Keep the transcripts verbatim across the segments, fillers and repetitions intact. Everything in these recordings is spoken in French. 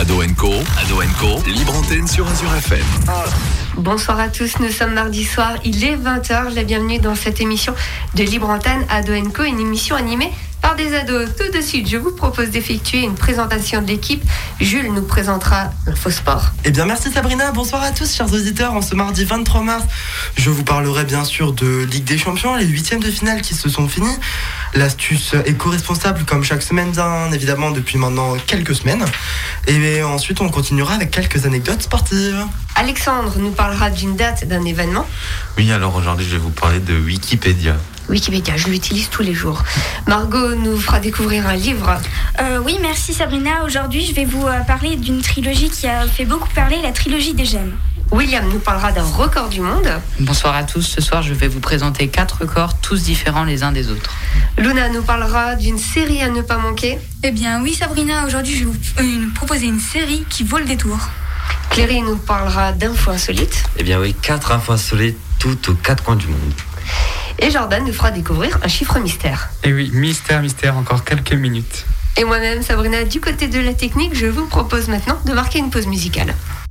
Ado and Co, Ado and Co, libre antenne sur Azure F M. Bonsoir à tous, nous sommes mardi soir, il est vingt heures, la bienvenue dans cette émission de Libre Antenne Ado and Co, une émission animée par des ados. Tout de suite, je vous propose d'effectuer une présentation de l'équipe. Jules nous présentera l'Infosport. Eh bien, merci Sabrina. Bonsoir à tous, chers auditeurs. En ce mardi vingt-trois mars, je vous parlerai bien sûr de Ligue des Champions, les huitièmes de finale qui se sont finis. L'astuce éco-responsable, comme chaque semaine, bien évidemment, depuis maintenant quelques semaines. Et ensuite, on continuera avec quelques anecdotes sportives. Alexandre nous parlera d'une date, d'un événement. Oui, alors aujourd'hui, je vais vous parler de Wikipédia. Wikipédia, je l'utilise tous les jours. Margot nous fera découvrir un livre. Euh, oui, merci Sabrina. Aujourd'hui, je vais vous euh, parler d'une trilogie qui a fait beaucoup parler, la trilogie des gemmes. William nous parlera d'un record du monde. Bonsoir à tous. Ce soir, je vais vous présenter quatre records, tous différents les uns des autres. Luna nous parlera d'une série à ne pas manquer. Eh bien, oui Sabrina, aujourd'hui, je vais vous euh, proposer une série qui vaut le détour. Cléry nous parlera d'infos insolites. Eh bien oui, quatre infos insolites, toutes aux quatre coins du monde. Et Jordan nous fera découvrir un chiffre mystère. Et oui, mystère, mystère, encore quelques minutes. Et moi-même, Sabrina, du côté de la technique, je vous propose maintenant de marquer une pause musicale.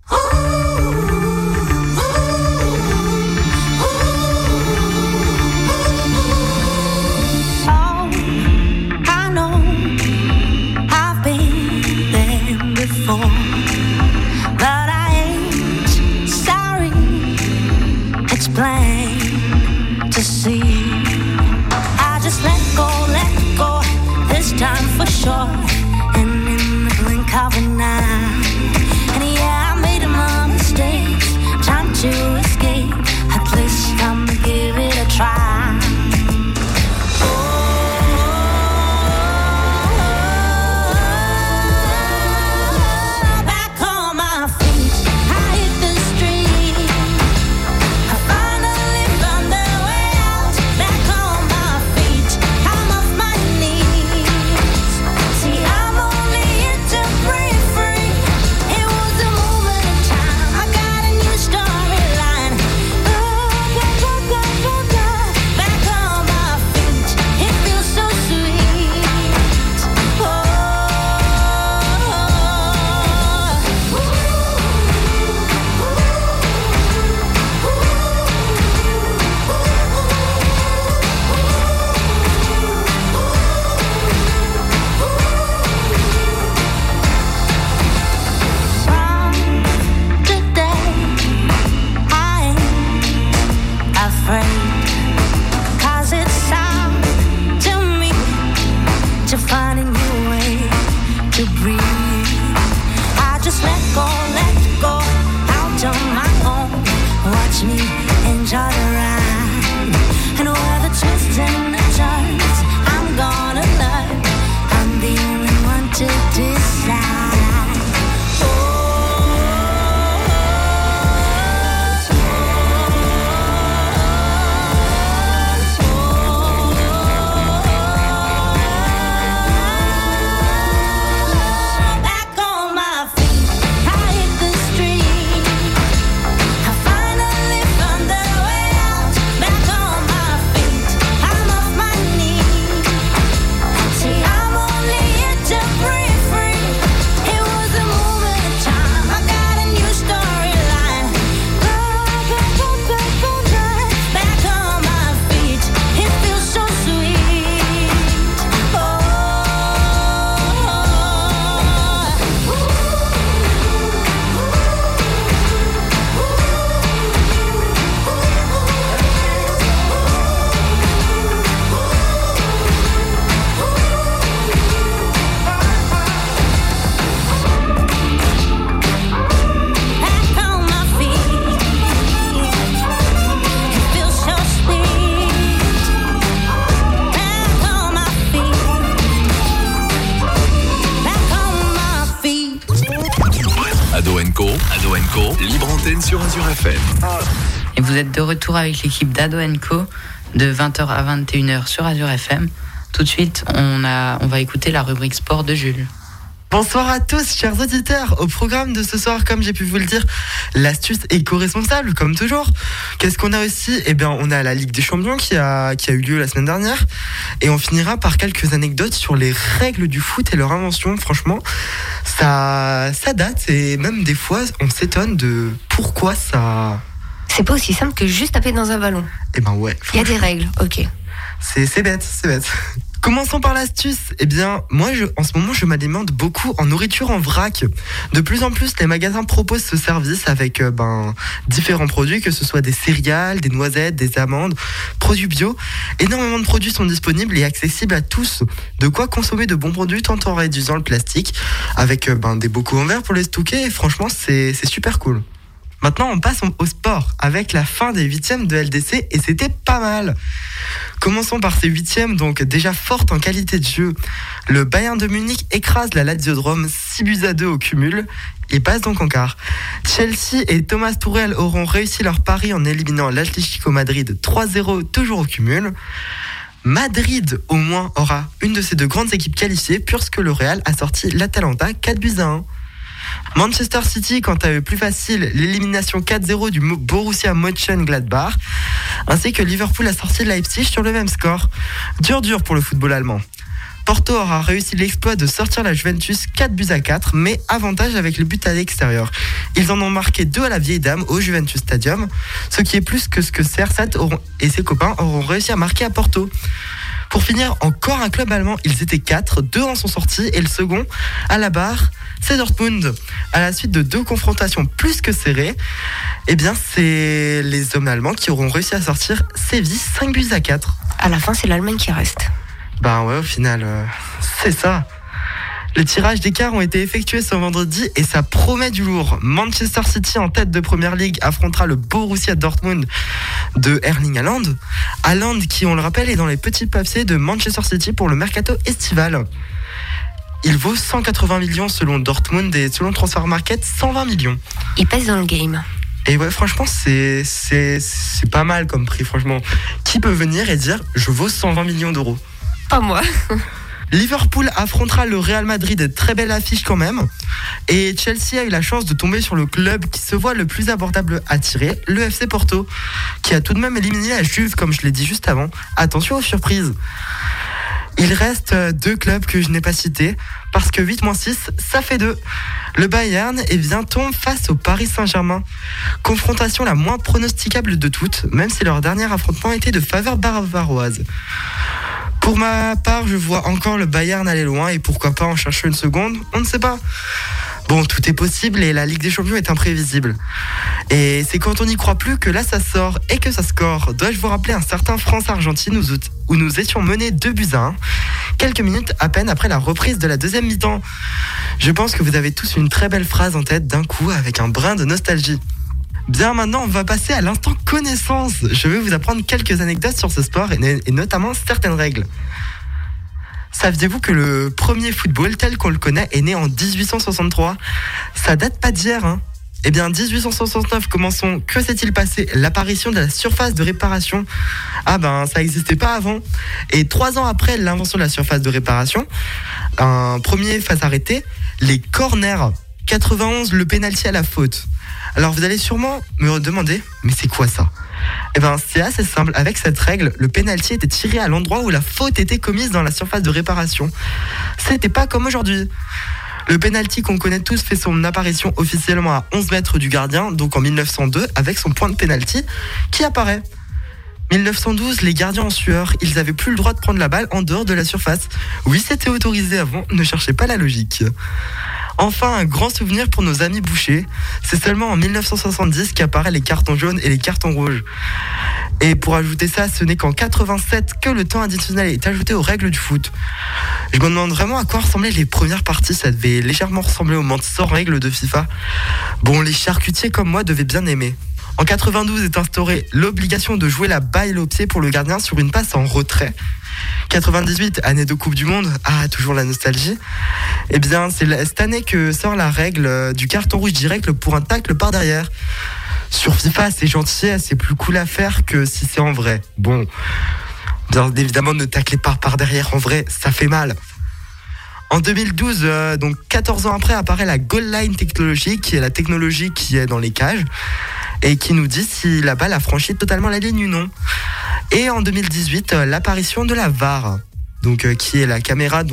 Ado and Co, libre antenne sur Azure F M. Et vous êtes de retour avec l'équipe d'Ado and Co de vingt heures à vingt et une heures sur Azure F M. Tout de suite, on, a, on va écouter la rubrique sport de Jules. Bonsoir à tous, chers auditeurs. Au programme de ce soir, comme j'ai pu vous le dire, l'astuce éco-responsable, comme toujours. Qu'est-ce qu'on a aussi ? Eh bien, on a la Ligue des Champions qui a, qui a eu lieu la semaine dernière. Et on finira par quelques anecdotes sur les règles du foot et leur invention. Franchement, Ça, ça date et même des fois, on s'étonne de pourquoi ça... C'est pas aussi simple que juste taper dans un ballon. Eh ben ouais. Il y a des règles, ok. C'est, c'est bête, c'est bête. Commençons par l'astuce. Eh bien, moi, je, en ce moment, je m'alimente beaucoup en nourriture en vrac. De plus en plus, les magasins proposent ce service avec euh, ben, différents produits, que ce soit des céréales, des noisettes, des amandes, produits bio. Énormément de produits sont disponibles et accessibles à tous. De quoi consommer de bons produits tout en réduisant le plastique, avec euh, ben, des bocaux en verre pour les stocker. Et franchement, c'est, c'est super cool. Maintenant, on passe au sport avec la fin des huitièmes de L D C et c'était pas mal. Commençons par ces huitièmes, donc déjà fortes en qualité de jeu. Le Bayern de Munich écrase la Lazio de Rome six buts à deux au cumul et passe donc en quart. Chelsea et Thomas Tuchel auront réussi leur pari en éliminant l'Atlético Madrid trois zéro toujours au cumul. Madrid, au moins, aura une de ces deux grandes équipes qualifiées puisque le Real a sorti l'Atalanta quatre buts à un. Manchester City, quant à eux, plus facile, l'élimination quatre zéro du Borussia Mönchengladbach, ainsi que Liverpool a sorti Leipzig sur le même score. Dur dur pour le football allemand. Porto aura réussi l'exploit de sortir la Juventus quatre buts à quatre, mais avantage avec le but à l'extérieur. Ils en ont marqué deux à la vieille dame au Juventus Stadium, ce qui est plus que ce que C R sept et ses copains auront réussi à marquer à Porto. Pour finir, encore un club allemand, ils étaient quatre, deux en sont sortis et le second, à la barre, c'est Dortmund. À la suite de deux confrontations plus que serrées, eh bien c'est les hommes allemands qui auront réussi à sortir Séville cinq buts à quatre. À la fin, c'est l'Allemagne qui reste. Ben ouais, au final, euh, c'est ça. Les tirages d'écart ont été effectués ce vendredi et ça promet du lourd. Manchester City en tête de Première Ligue affrontera le Borussia Dortmund de Erling Haaland. Haaland qui, on le rappelle, est dans les petits papiers de Manchester City pour le mercato estival. Il vaut cent quatre-vingts millions selon Dortmund et selon Transfermarkt cent vingt millions. Il pèse dans le game. Et ouais, franchement, c'est, c'est, c'est pas mal comme prix, franchement. Qui peut venir et dire « je vaux cent vingt millions d'euros » ? Pas moi. Liverpool affrontera le Real Madrid, très belle affiche quand même. Et Chelsea a eu la chance de tomber sur le club qui se voit le plus abordable à tirer, le F C Porto, qui a tout de même éliminé la Juve, comme je l'ai dit juste avant. Attention aux surprises. Il reste deux clubs que je n'ai pas cités, parce que huit moins six, ça fait deux. Le Bayern eh bien, tombe face au Paris Saint-Germain. Confrontation la moins pronosticable de toutes, même si leur dernier affrontement était de faveur bavaroise. Pour ma part, je vois encore le Bayern aller loin et pourquoi pas en chercher une seconde, on ne sait pas. Bon, tout est possible et la Ligue des Champions est imprévisible. Et c'est quand on n'y croit plus que là ça sort et que ça score. Dois-je vous rappeler un certain France-Argentine où nous étions menés deux buts à un, quelques minutes à peine après la reprise de la deuxième mi-temps. Je pense que vous avez tous une très belle phrase en tête d'un coup avec un brin de nostalgie. Bien, maintenant, on va passer à l'instant connaissance. Je vais vous apprendre quelques anecdotes sur ce sport et, et notamment certaines règles. Saviez-vous que le premier football tel qu'on le connaît est né en dix-huit cent soixante-trois ? Ça date pas d'hier, hein ? Eh bien, dix-huit cent soixante-neuf, commençons. Que s'est-il passé ? L'apparition de la surface de réparation. Ah ben, ça n'existait pas avant. Et trois ans après l'invention de la surface de réparation, un premier phase arrêtée, les corners. quatre-vingt-onze, le pénalty à la faute. Alors vous allez sûrement me demander, mais c'est quoi ça ? Eh bien c'est assez simple, avec cette règle, le pénalty était tiré à l'endroit où la faute était commise dans la surface de réparation. C'était pas comme aujourd'hui. Le pénalty qu'on connaît tous fait son apparition officiellement à onze mètres du gardien, donc en mille neuf cent deux, avec son point de pénalty qui apparaît. mille neuf cent douze, les gardiens en sueur, ils avaient plus le droit de prendre la balle en dehors de la surface. Oui, c'était autorisé avant, ne cherchez pas la logique. Enfin, un grand souvenir pour nos amis bouchers. C'est seulement en mille neuf cent soixante-dix qu'apparaissent les cartons jaunes et les cartons rouges. Et pour ajouter ça, ce n'est qu'en quatre-vingt-sept que le temps additionnel est ajouté aux règles du foot. Je me demande vraiment à quoi ressemblaient les premières parties. Ça devait légèrement ressembler au monde sans règles de FIFA. Bon, les charcutiers comme moi devaient bien aimer. En quatre-vingt-douze est instaurée l'obligation de jouer la balle au pied pour le gardien sur une passe en retrait. quatre-vingt-dix-huit, année de Coupe du Monde, ah, toujours la nostalgie. Eh bien, c'est cette année que sort la règle du carton rouge direct pour un tacle par derrière. Sur FIFA, c'est gentil, c'est plus cool à faire que si c'est en vrai. Bon, bien évidemment, ne taclez pas par derrière, en vrai, ça fait mal. En deux mille douze, euh, donc quatorze ans après, apparaît la Goal Line Technology, qui est la technologie qui est dans les cages et qui nous dit si la balle a franchi totalement la ligne ou non. Et en deux mille dix-huit, euh, l'apparition de la V A R, donc, euh, qui est la caméra dont,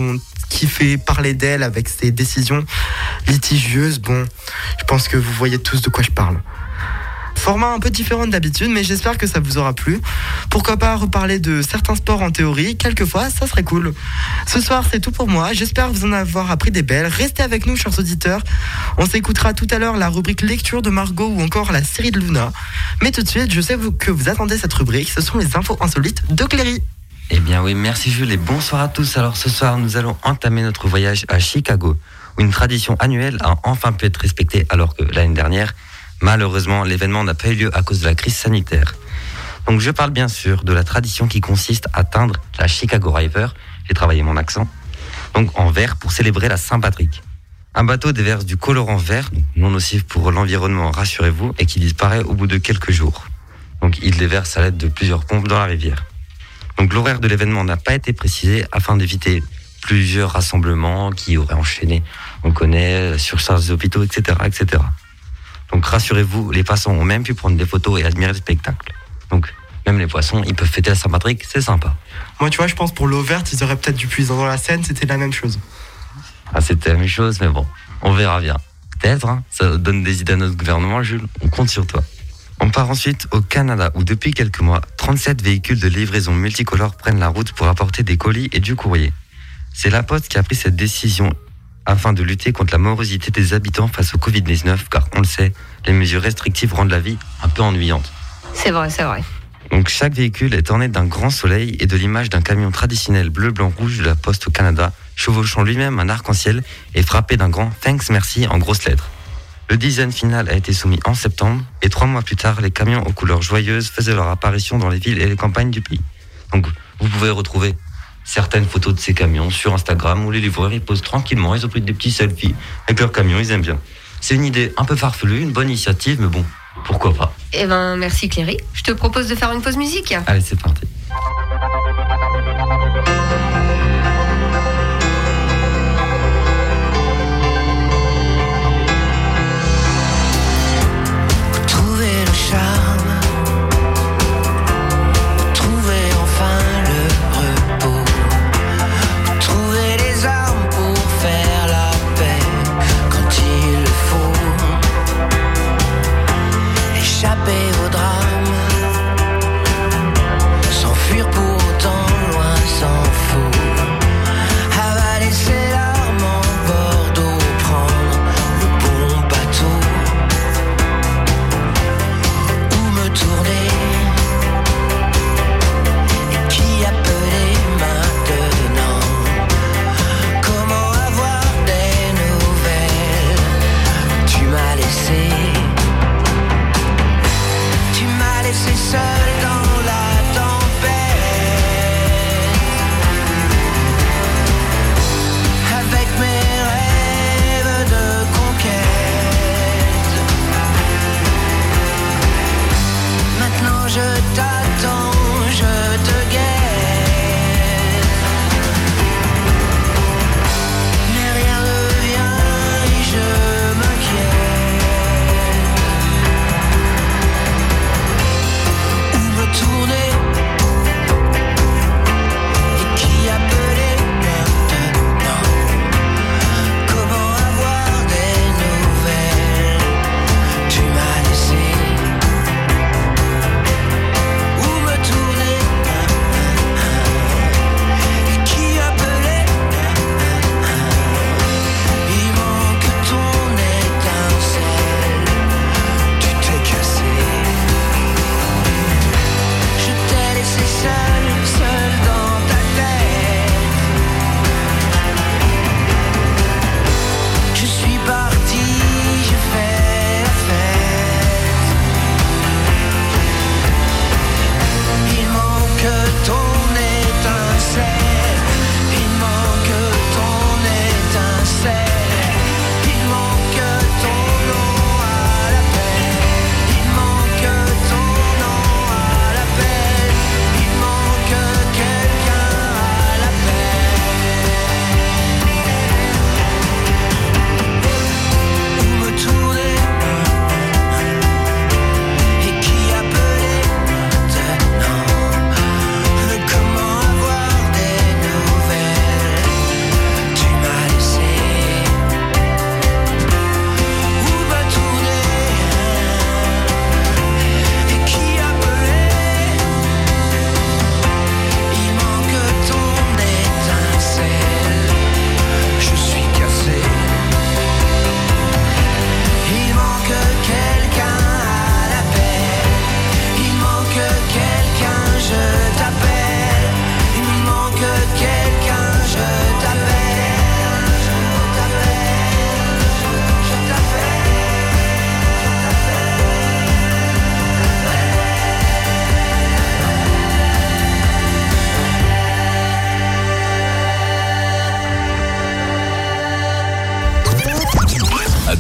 qui fait parler d'elle avec ses décisions litigieuses. Bon, je pense que vous voyez tous de quoi je parle. Format un peu différent d'habitude, mais j'espère que ça vous aura plu. Pourquoi pas reparler de certains sports en théorie, quelquefois, ça serait cool. Ce soir, c'est tout pour moi. J'espère vous en avoir appris des belles. Restez avec nous, chers auditeurs. On s'écoutera tout à l'heure la rubrique lecture de Margot ou encore la série de Luna. Mais tout de suite, je sais que vous attendez cette rubrique. Ce sont les infos insolites de Cléry. Eh bien oui, merci Jules et bonsoir à tous. Alors ce soir, nous allons entamer notre voyage à Chicago, où une tradition annuelle a enfin pu être respectée alors que l'année dernière, malheureusement, l'événement n'a pas eu lieu à cause de la crise sanitaire. Donc je parle bien sûr de la tradition qui consiste à teindre la Chicago River, j'ai travaillé mon accent, donc en vert pour célébrer la Saint-Patrick. Un bateau déverse du colorant vert, non nocif pour l'environnement, rassurez-vous, et qui disparaît au bout de quelques jours. Donc il déverse à l'aide de plusieurs pompes dans la rivière. Donc l'horaire de l'événement n'a pas été précisé afin d'éviter plusieurs rassemblements qui auraient enchaîné, on connaît, surcharge des hôpitaux, et cetera, et cetera. Donc rassurez-vous, les passants ont même pu prendre des photos et admirer le spectacle. Donc même les poissons, ils peuvent fêter la Saint-Patrick, c'est sympa. Moi, tu vois, je pense pour l'eau verte, ils auraient peut-être dû puiser dans la Seine, c'était la même chose. Ah, c'était la même chose, mais bon, on verra bien. Peut-être, hein, ça donne des idées à notre gouvernement, Jules, on compte sur toi. On part ensuite au Canada, où depuis quelques mois, trente-sept véhicules de livraison multicolores prennent la route pour apporter des colis et du courrier. C'est la Poste qui a pris cette décision afin de lutter contre la morosité des habitants face au covid dix-neuf, car on le sait, les mesures restrictives rendent la vie un peu ennuyante. C'est vrai, c'est vrai. Donc chaque véhicule est orné d'un grand soleil et de l'image d'un camion traditionnel bleu, blanc, rouge de la Poste au Canada, chevauchant lui-même un arc-en-ciel et frappé d'un grand « Thanks, merci » en grosses lettres. Le design final a été soumis en septembre et trois mois plus tard, les camions aux couleurs joyeuses faisaient leur apparition dans les villes et les campagnes du pays. Donc vous pouvez retrouver certaines photos de ces camions sur Instagram où les livreurs ils posent tranquillement, ils ont pris des petits selfies avec leurs camions, ils aiment bien. C'est une idée un peu farfelue, une bonne initiative, mais bon, pourquoi pas. Eh ben merci Cléry. Je te propose de faire une pause musique. Allez, c'est parti. Échapper au drame, sans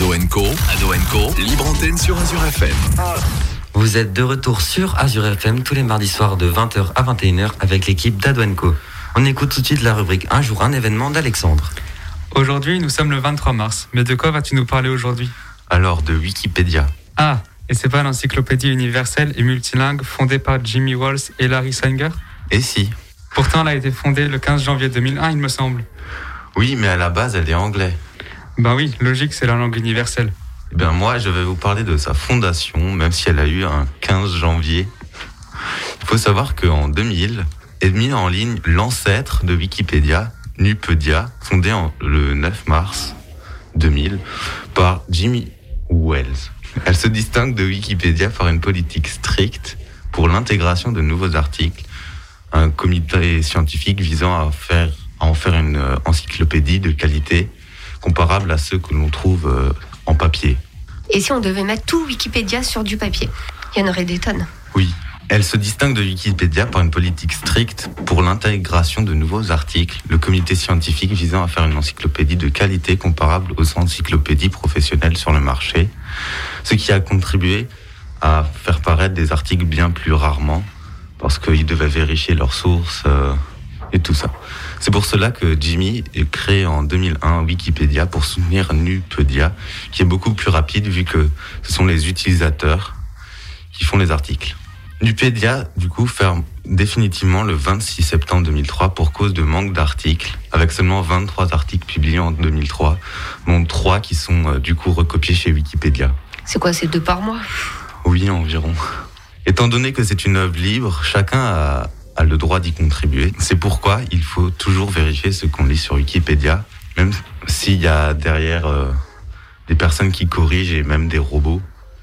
Ado and Co, Ado and Co, libre antenne sur Azure F M. Vous êtes de retour sur Azure F M tous les mardis soirs de vingt heures à vingt et une heures avec l'équipe d'Ado and Co. On écoute tout de suite la rubrique Un jour, un événement d'Alexandre. Aujourd'hui, nous sommes le vingt-trois mars. Mais de quoi vas-tu nous parler aujourd'hui ? Alors, de Wikipédia. Ah, et c'est pas l'encyclopédie universelle et multilingue fondée par Jimmy Wales et Larry Sanger ? Et si ? Pourtant, elle a été fondée le quinze janvier deux mille un, il me semble. Oui, mais à la base, elle est anglaise. Ben oui, logique, c'est la langue universelle. Eh bien, moi, je vais vous parler de sa fondation, même si elle a eu un quinze janvier. Il faut savoir qu'en deux mille est mis en ligne l'ancêtre de Wikipédia, Nupedia, fondé en, le neuf mars deux mille par Jimmy Wales. Elle se distingue de Wikipédia par une politique stricte pour l'intégration de nouveaux articles, un comité scientifique visant à, faire, à en faire une encyclopédie de qualité comparable à ceux que l'on trouve euh, en papier. Et si on devait mettre tout Wikipédia sur du papier ? Il y en aurait des tonnes. Oui. Elle se distingue de Wikipédia par une politique stricte pour l'intégration de nouveaux articles, le comité scientifique visant à faire une encyclopédie de qualité comparable aux encyclopédies professionnelles sur le marché, ce qui a contribué à faire paraître des articles bien plus rarement, parce qu'ils devaient vérifier leurs sources euh, et tout ça. C'est pour cela que Jimmy a créé en deux mille un Wikipédia pour soutenir Nupedia, qui est beaucoup plus rapide vu que ce sont les utilisateurs qui font les articles. Nupedia, du coup, ferme définitivement le vingt-six septembre deux mille trois pour cause de manque d'articles, avec seulement vingt-trois articles publiés en deux mille trois, dont trois qui sont euh, du coup recopiés chez Wikipédia. C'est quoi, c'est deux par mois ? Oui, environ. Étant donné que c'est une œuvre libre, chacun a, a le droit d'y contribuer. C'est pourquoi il faut toujours vérifier ce qu'on lit sur Wikipédia, même s'il y a derrière euh, des personnes qui corrigent et même des robots,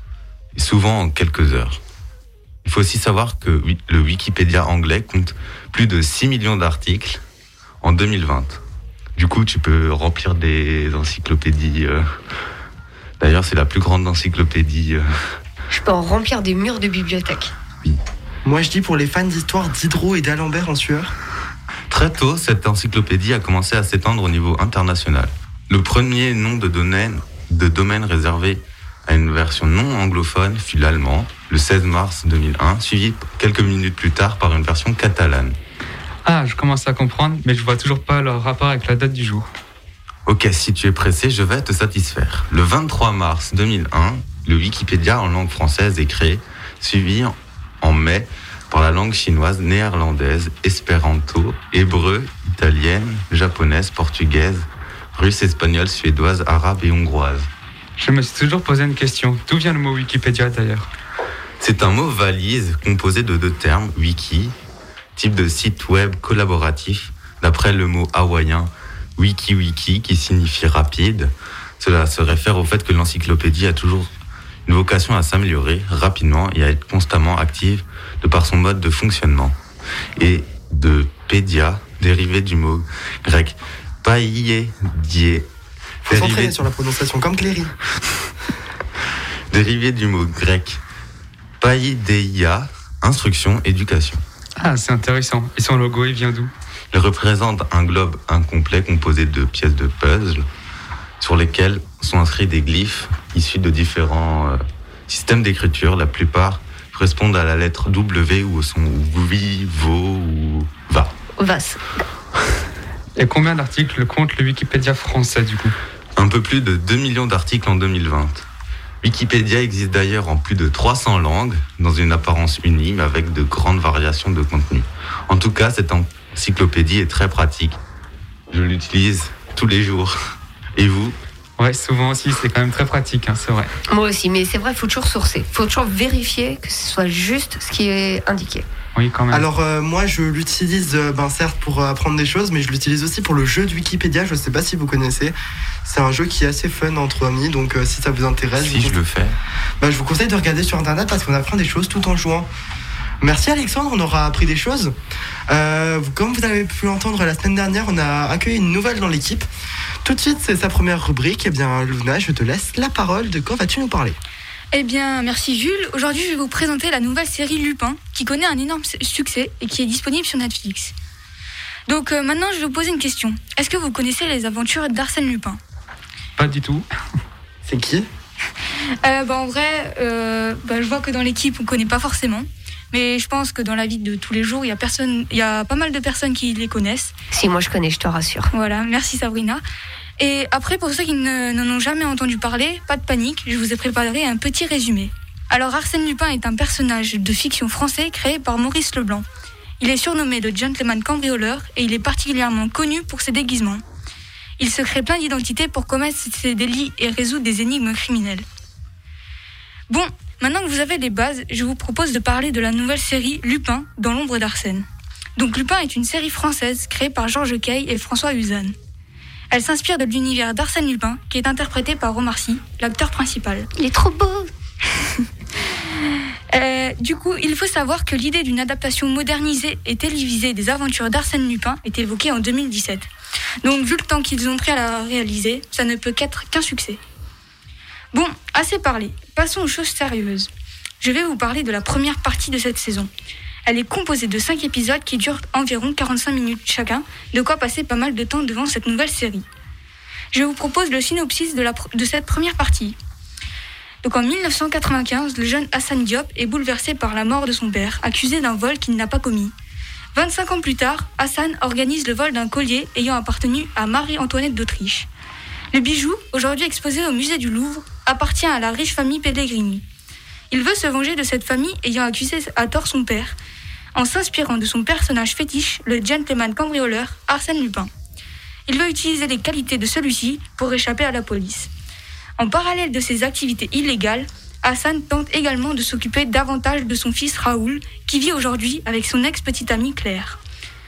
et souvent en quelques heures. Il faut aussi savoir que le Wikipédia anglais compte plus de six millions d'articles en deux mille vingt. Du coup, tu peux remplir des encyclopédies. Euh... D'ailleurs, c'est la plus grande encyclopédie. Euh... Je peux en remplir des murs de bibliothèque. Oui. Moi, je dis pour les fans d'histoire Diderot et d'Alembert en sueur. Très tôt, cette encyclopédie a commencé à s'étendre au niveau international. Le premier nom de domaine, de domaine réservé à une version non anglophone fut l'allemand, le seize mars deux mille un, suivi quelques minutes plus tard par une version catalane. Ah, je commence à comprendre, mais je vois toujours pas leur rapport avec la date du jour. Ok, si tu es pressé, je vais te satisfaire. Le vingt-trois mars deux mille un, le Wikipédia en langue française est créé, suivi en mai par la langue chinoise, néerlandaise, espéranto, hébreu, italienne, japonaise, portugaise, russe, espagnole, suédoise, arabe et hongroise. Je me suis toujours posé une question. D'où vient le mot Wikipédia d'ailleurs ? C'est un mot valise composé de deux termes, wiki, type de site web collaboratif, d'après le mot hawaïen wiki-wiki qui signifie rapide. Cela se réfère au fait que l'encyclopédie a toujours une vocation à s'améliorer rapidement et à être constamment active de par son mode de fonctionnement. Et de pédia, dérivé du mot grec païédié. Faut s'entraîner sur la prononciation, comme Cléry. Dérivé du mot grec païdéia, instruction, éducation. Ah, c'est intéressant. Et son logo, il vient d'où ? Il représente un globe incomplet composé de pièces de puzzle sur lesquelles sont inscrits des glyphes issus de différents euh, systèmes d'écriture. La plupart correspondent à la lettre W ou au son oui, vo ou va. Vas. Et combien d'articles compte le Wikipédia français du coup ? Un peu plus de deux millions d'articles en deux mille vingt. Wikipédia existe d'ailleurs en plus de trois cents langues, dans une apparence unie, mais avec de grandes variations de contenu. En tout cas, cette encyclopédie est très pratique. Je l'utilise tous les jours. Et vous ? Ouais, souvent aussi, c'est quand même très pratique, hein, c'est vrai. Moi aussi, mais c'est vrai, il faut toujours sourcer. Il faut toujours vérifier que ce soit juste ce qui est indiqué. Oui, quand même. Alors euh, moi je l'utilise euh, ben, certes pour euh, apprendre des choses, mais je l'utilise aussi pour le jeu de Wikipédia. Je sais pas si vous connaissez. C'est un jeu qui est assez fun entre amis, donc euh, si ça vous intéresse, si je, je le fais, ben, je vous conseille de regarder sur internet parce qu'on apprend des choses tout en jouant. Merci Alexandre, on aura appris des choses. Euh, comme vous avez pu l'entendre la semaine dernière, on a accueilli une nouvelle dans l'équipe. Tout de suite, c'est sa première rubrique. Eh bien, Luna, je te laisse la parole. De quoi vas-tu nous parler ? Eh bien, merci Jules. Aujourd'hui, je vais vous présenter la nouvelle série Lupin, qui connaît un énorme succès et qui est disponible sur Netflix. Donc euh, maintenant, je vais vous poser une question. Est-ce que vous connaissez les aventures d'Arsène Lupin ? Pas du tout. C'est qui? euh, bah, En vrai, euh, bah, je vois que dans l'équipe, on ne connaît pas forcément. Mais je pense que dans la vie de tous les jours, il y a personne, il y a pas mal de personnes qui les connaissent. Si, moi je connais, je te rassure. Voilà, merci Sabrina. Et après, pour ceux qui ne, n'en ont jamais entendu parler, pas de panique, je vous ai préparé un petit résumé. Alors Arsène Lupin est un personnage de fiction français créé par Maurice Leblanc. Il est surnommé le gentleman cambrioleur et il est particulièrement connu pour ses déguisements. Il se crée plein d'identités pour commettre ses délits et résoudre des énigmes criminelles. Bon, maintenant que vous avez les bases, je vous propose de parler de la nouvelle série Lupin dans l'ombre d'Arsène. Donc Lupin est une série française créée par Georges Kay et François Uzanne. Elle s'inspire de l'univers d'Arsène Lupin qui est interprété par Omar Sy, l'acteur principal. Il est trop beau. euh, Du coup, il faut savoir que l'idée d'une adaptation modernisée et télévisée des aventures d'Arsène Lupin est évoquée en deux mille dix-sept. Donc vu le temps qu'ils ont pris à la réaliser, ça ne peut qu'être qu'un succès. Bon, assez parlé, passons aux choses sérieuses. Je vais vous parler de la première partie de cette saison. Elle est composée de cinq épisodes qui durent environ quarante-cinq minutes chacun, de quoi passer pas mal de temps devant cette nouvelle série. Je vous propose le synopsis de, la, de cette première partie. Donc en dix-neuf cent quatre-vingt-quinze, le jeune Hassan Diop est bouleversé par la mort de son père, accusé d'un vol qu'il n'a pas commis. vingt-cinq ans plus tard, Hassan organise le vol d'un collier ayant appartenu à Marie-Antoinette d'Autriche. Le bijou, aujourd'hui exposé au musée du Louvre, appartient à la riche famille Pellegrini. Il veut se venger de cette famille ayant accusé à tort son père, en s'inspirant de son personnage fétiche, le gentleman cambrioleur Arsène Lupin. Il veut utiliser les qualités de celui-ci pour échapper à la police. En parallèle de ses activités illégales, Hassan tente également de s'occuper davantage de son fils Raoul, qui vit aujourd'hui avec son ex-petite amie Claire.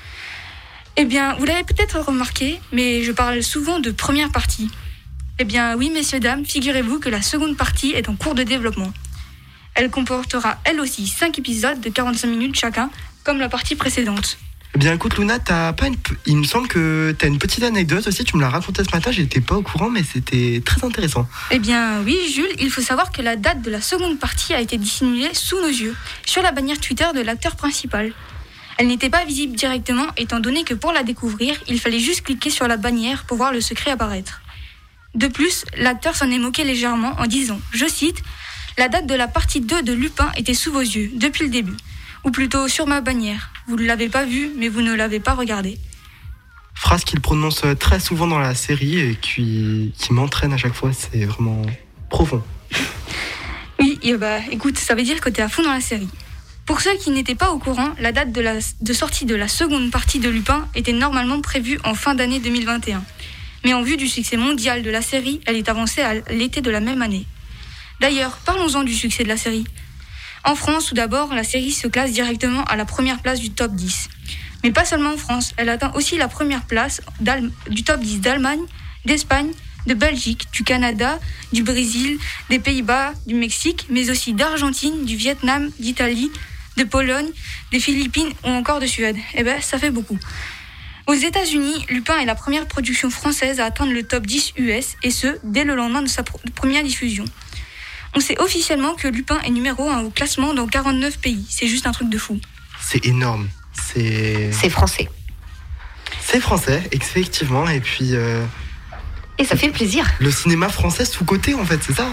Eh bien, vous l'avez peut-être remarqué, mais je parle souvent de première partie. Eh bien, oui, messieurs, dames, figurez-vous que la seconde partie est en cours de développement. Elle comportera, elle aussi, cinq épisodes de quarante-cinq minutes chacun, comme la partie précédente. Eh bien, écoute, Luna, t'as pas une... il me semble que tu as une petite anecdote aussi, tu me l'as raconté ce matin, j'étais pas au courant, mais c'était très intéressant. Eh bien, oui, Jules, il faut savoir que la date de la seconde partie a été dissimulée sous nos yeux, sur la bannière Twitter de l'acteur principal. Elle n'était pas visible directement, étant donné que pour la découvrir, il fallait juste cliquer sur la bannière pour voir le secret apparaître. De plus, l'acteur s'en est moqué légèrement en disant, je cite, « La date de la partie deux de Lupin était sous vos yeux, depuis le début. Ou plutôt sur ma bannière. Vous ne l'avez pas vu, mais vous ne l'avez pas regardé. » Phrase qu'il prononce très souvent dans la série et qui, qui m'entraîne à chaque fois, c'est vraiment profond. Oui, et bah, écoute, ça veut dire que t'es à fond dans la série. Pour ceux qui n'étaient pas au courant, la date de, la, de sortie de la seconde partie de Lupin était normalement prévue en fin d'année deux mille vingt et un. Mais en vue du succès mondial de la série, elle est avancée à l'été de la même année. D'ailleurs, parlons-en du succès de la série. En France, tout d'abord, la série se classe directement à la première place du top dix. Mais pas seulement en France, elle atteint aussi la première place du top dix d'Allemagne, d'Espagne, de Belgique, du Canada, du Brésil, des Pays-Bas, du Mexique, mais aussi d'Argentine, du Vietnam, d'Italie, de Pologne, des Philippines ou encore de Suède. Eh ben, ça fait beaucoup. Aux États-Unis, Lupin est la première production française à atteindre le top dix U S, et ce, dès le lendemain de sa pr- première diffusion. On sait officiellement que Lupin est numéro un au classement dans quarante-neuf pays. C'est juste un truc de fou. C'est énorme. C'est... C'est français. C'est français, effectivement, et puis... Euh... Et ça fait plaisir. Le cinéma français sous-coté, en fait, c'est ça.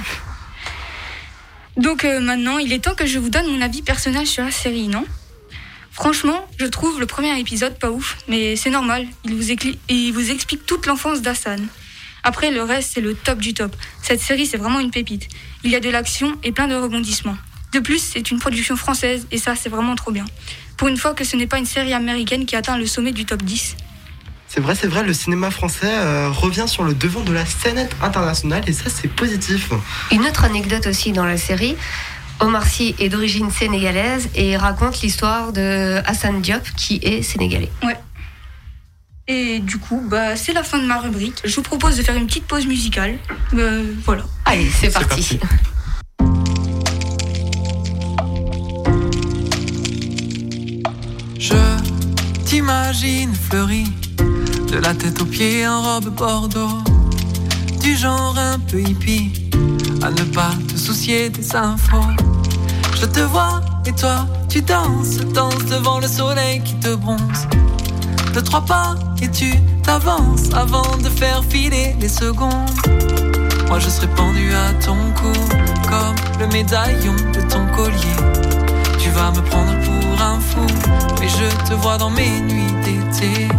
Donc euh, maintenant, il est temps que je vous donne mon avis personnel sur la série, non ? Franchement, je trouve le premier épisode pas ouf, mais c'est normal, il vous, écli- il vous explique toute l'enfance d'Hassan. Après, le reste, c'est le top du top. Cette série, c'est vraiment une pépite. Il y a de l'action et plein de rebondissements. De plus, c'est une production française, et ça, c'est vraiment trop bien. Pour une fois que ce n'est pas une série américaine qui atteint le sommet du top dix. C'est vrai, c'est vrai, le cinéma français euh, revient sur le devant de la scène internationale, et ça, c'est positif. Une autre anecdote aussi dans la série, Omar Sy est d'origine sénégalaise et raconte l'histoire de Hassan Diop qui est sénégalais. Ouais. Et du coup, bah, c'est la fin de ma rubrique. Je vous propose de faire une petite pause musicale. Euh, voilà. Allez, c'est, c'est parti. parti. Je t'imagine fleurie, de la tête aux pieds en robe bordeaux, du genre un peu hippie, à ne pas te soucier des infos. Je te vois et toi tu danses, danses devant le soleil qui te bronze. De trois pas et tu t'avances avant de faire filer les secondes. Moi je serai pendu à ton cou, comme le médaillon de ton collier. Tu vas me prendre pour un fou, mais je te vois dans mes nuits d'été.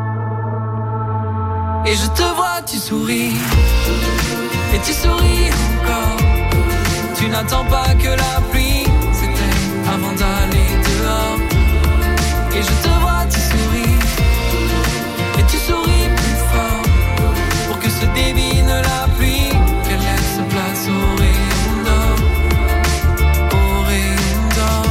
Et je te vois, tu souris, et tu souris encore. Tu n'attends pas que la pluie s'éteigne avant d'aller dehors. Et je te vois, tu souris, et tu souris plus fort, pour que se devine la pluie, qu'elle laisse place au rayon d'or, au rayon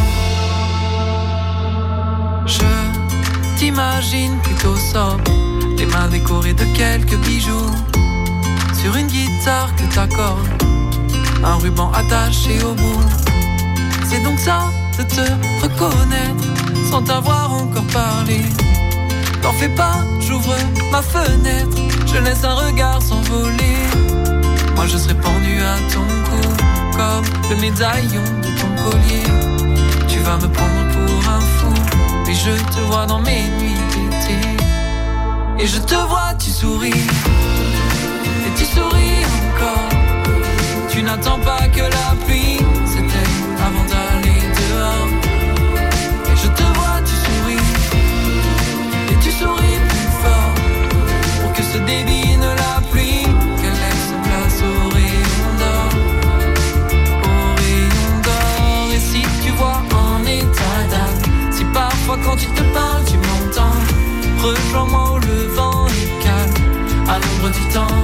d'or. Je t'imagine plutôt sobre, les mains décorées de quelques bijoux, sur une guitare que t'accordes, un ruban attaché au bout. C'est donc ça de te reconnaître sans t'avoir encore parlé. T'en fais pas, j'ouvre ma fenêtre, je laisse un regard s'envoler. Moi je serai pendu à ton cou, comme le médaillon de ton collier. Tu vas me prendre pour un fou, et je te vois dans mes nuits d'été. Et je te vois, tu souris, et tu souris encore. Tu n'attends pas que la pluie s'éteigne avant d'aller dehors. Et je te vois, tu souris, et tu souris plus fort, pour que se devine la pluie, qu'elle laisse place au rayon d'or, au rayon d'or. Et si tu vois en état d'âme, si parfois quand tu te parles tu m'entends, rejoins-moi où le vent est calme, à l'ombre du temps.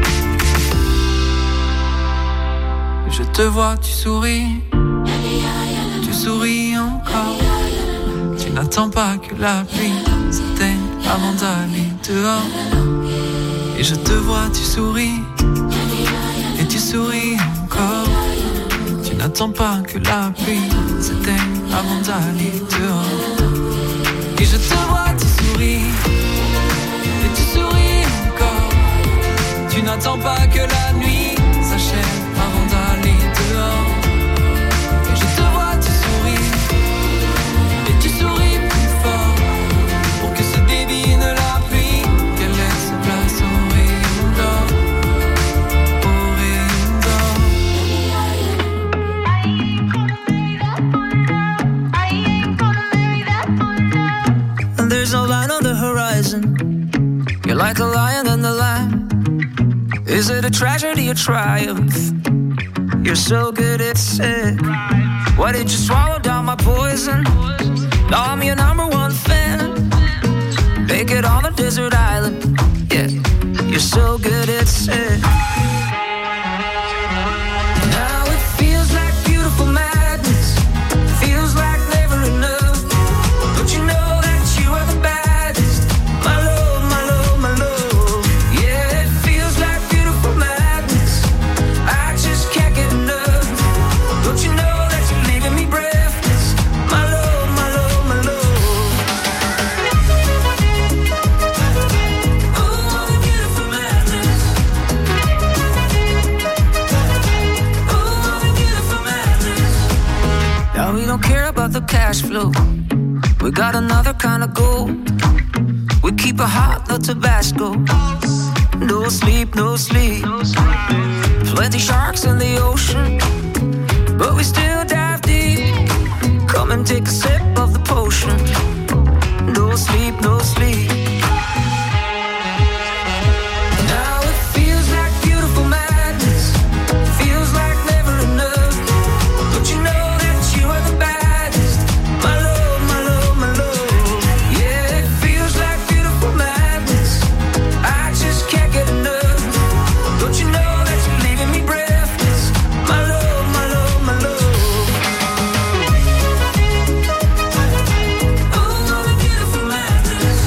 Je te vois, tu souris, tu souris encore. Tu n'attends pas que la pluie s'éteigne avant d'aller dehors. Et je te vois, tu souris, et tu souris encore. Tu n'attends pas que la pluie s'éteigne avant d'aller dehors. Et je te vois, tu souris, et tu souris encore. Tu n'attends pas que la nuit s'achève avant d'aller dehors. Et je te vois, tu souris, et tu souris plus fort, pour que se devine la pluie, qu'elle laisse place au rayon d'or, au rayon d'or. And there's no line on the horizon. You're like a lion in the lamb. Is it a tragedy or triumph? You're so good at it. Why did you swallow down my poison? Now I'm your number one fan. Make it on a desert island. Yeah, you're so good at it. Now it feels like beautiful madness. Feels like never enough. Don't you know that you are the baddest? My love, my love, my love. Yeah, it feels like beautiful madness. I just can't get enough. Don't you know that you're leaving me breathless? My love, my love, my love. Oh, beautiful madness. Oh, beautiful madness. Now we don't care about the cash flow. We got another kind of gold. We keep it hot, no Tabasco. No sleep, no sleep. Plenty sharks in the ocean, but we still dive deep. Come and take a sip of the potion. No sleep, no sleep. Now it feels like beautiful madness. Feels like never enough. Don't you know that you are the baddest? My love, my love, my love. Yeah, it feels like beautiful madness. I just can't get enough. Don't you know that you're leaving me breathless? My love, my love, my love. Oh, beautiful madness.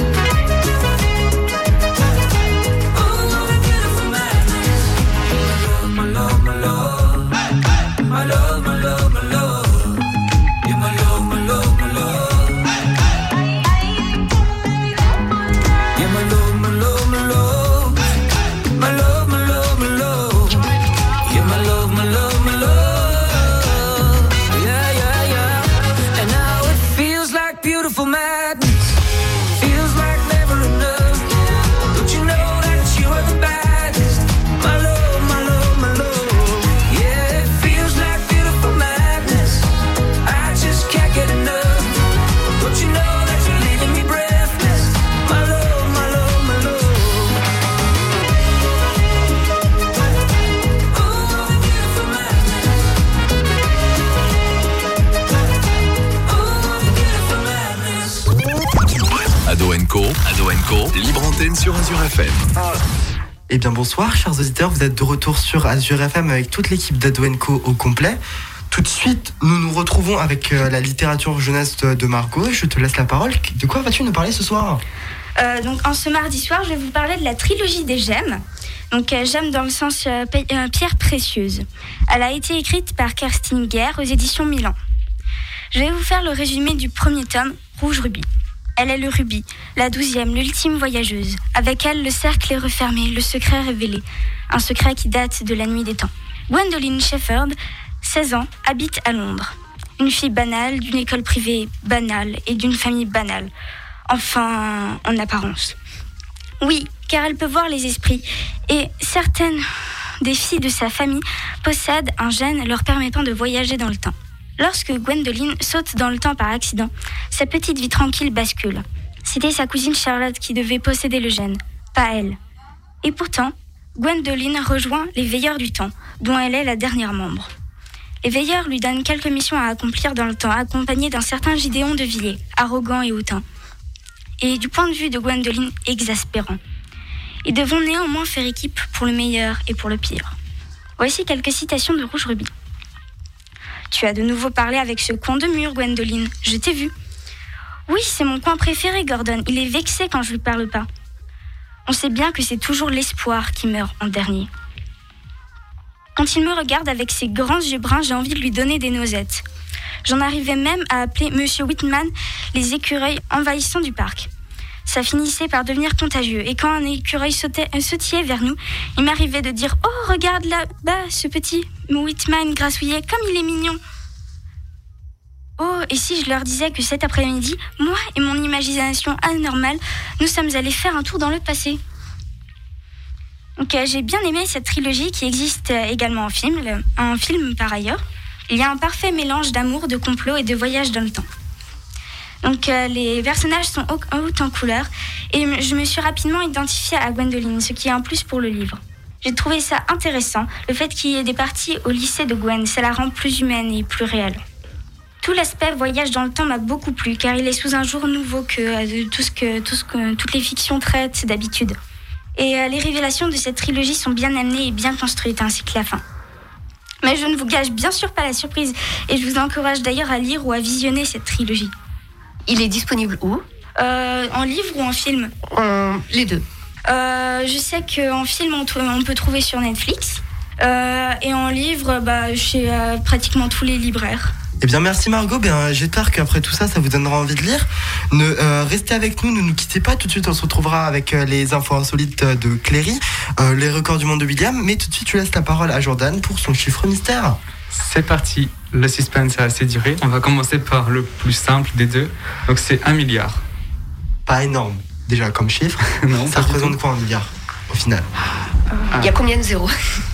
Oh, beautiful madness. My love, my love, my love, my love, my love. You're my love, my love, my love. You're my love, my love, my love. My love, my love, my love. You're my love, my love, my love. Yeah, yeah, yeah. And now it feels like beautiful madness. Feels like never enough. Don't you know that you are the baddest? My love, my Co, libre antenne sur Azure F M. Eh bien bonsoir chers auditeurs, vous êtes de retour sur Azure F M avec toute l'équipe d'Ado and Co au complet. Tout de suite, nous nous retrouvons avec euh, la littérature jeunesse de Margot. Je te laisse la parole. De quoi vas-tu nous parler ce soir ? Euh, donc, en ce mardi soir, je vais vous parler de la trilogie des gemmes. Donc, euh, gemmes dans le sens euh, pa- euh, pierre précieuse. Elle a été écrite par Kerstin Guerre aux éditions Milan. Je vais vous faire le résumé du premier tome, Rouge Rubis. Elle est le rubis, la douzième, l'ultime voyageuse. Avec elle, le cercle est refermé, le secret révélé. Un secret qui date de la nuit des temps. Gwendoline Shepherd, seize ans, habite à Londres. Une fille banale, d'une école privée banale et d'une famille banale. Enfin, en apparence. Oui, car elle peut voir les esprits. Et certaines des filles de sa famille possèdent un gène leur permettant de voyager dans le temps. Lorsque Gwendoline saute dans le temps par accident, sa petite vie tranquille bascule. C'était sa cousine Charlotte qui devait posséder le gène, pas elle. Et pourtant, Gwendoline rejoint les Veilleurs du Temps, dont elle est la dernière membre. Les Veilleurs lui donnent quelques missions à accomplir dans le temps, accompagnés d'un certain Gideon de Villiers, arrogant et hautain. Et du point de vue de Gwendoline, exaspérant. Ils devront néanmoins faire équipe pour le meilleur et pour le pire. Voici quelques citations de Rouge Rubis. Tu as de nouveau parlé avec ce coin de mur, Gwendoline. Je t'ai vu. Oui, c'est mon coin préféré, Gordon. Il est vexé quand je lui parle pas. On sait bien que c'est toujours l'espoir qui meurt en dernier. Quand il me regarde avec ses grands yeux bruns, j'ai envie de lui donner des noisettes. J'en arrivais même à appeler Monsieur Whitman les écureuils envahissants du parc. Ça finissait par devenir contagieux. Et quand un écureuil sautait, euh, sautillait vers nous, il m'arrivait de dire « Oh, regarde là-bas, ce petit Whitman grassouillet, comme il est mignon !» Oh, et si je leur disais que cet après-midi, moi et mon imagination anormale, nous sommes allés faire un tour dans le passé. Donc euh, j'ai bien aimé cette trilogie qui existe euh, également en film, le, en film par ailleurs. Il y a un parfait mélange d'amour, de complot et de voyage dans le temps. Donc euh, les personnages sont haut, haut en couleur et je me suis rapidement identifiée à Gwendoline, ce qui est un plus pour le livre. J'ai trouvé ça intéressant, le fait qu'il y ait des parties au lycée de Gwen, ça la rend plus humaine et plus réelle. Tout l'aspect voyage dans le temps m'a beaucoup plu, car il est sous un jour nouveau que euh, tout ce que, tout ce que toutes les fictions traitent d'habitude. Et euh, les révélations de cette trilogie sont bien amenées et bien construites, ainsi que la fin. Mais je ne vous gâche bien sûr pas la surprise, et je vous encourage d'ailleurs à lire ou à visionner cette trilogie. Il est disponible où ? euh, En livre ou en film ? En... Les deux. Euh, je sais qu'en film, on, t- on peut trouver sur Netflix. Euh, et en livre, bah, chez euh, pratiquement tous les libraires. Eh bien merci Margot, bien, j'espère qu'après tout ça, ça vous donnera envie de lire. Ne, euh, restez avec nous, ne nous quittez pas. Tout de suite, on se retrouvera avec euh, les infos insolites de Cléry, euh, les records du monde de William. Mais tout de suite, je laisse la parole à Jordan pour son chiffre mystère. C'est parti, le suspense est assez duré. On va commencer par le plus simple des deux. Donc c'est un milliard. Pas énorme, déjà comme chiffre. Non, ça représente quoi un milliard au final ? Il y a combien de zéros ?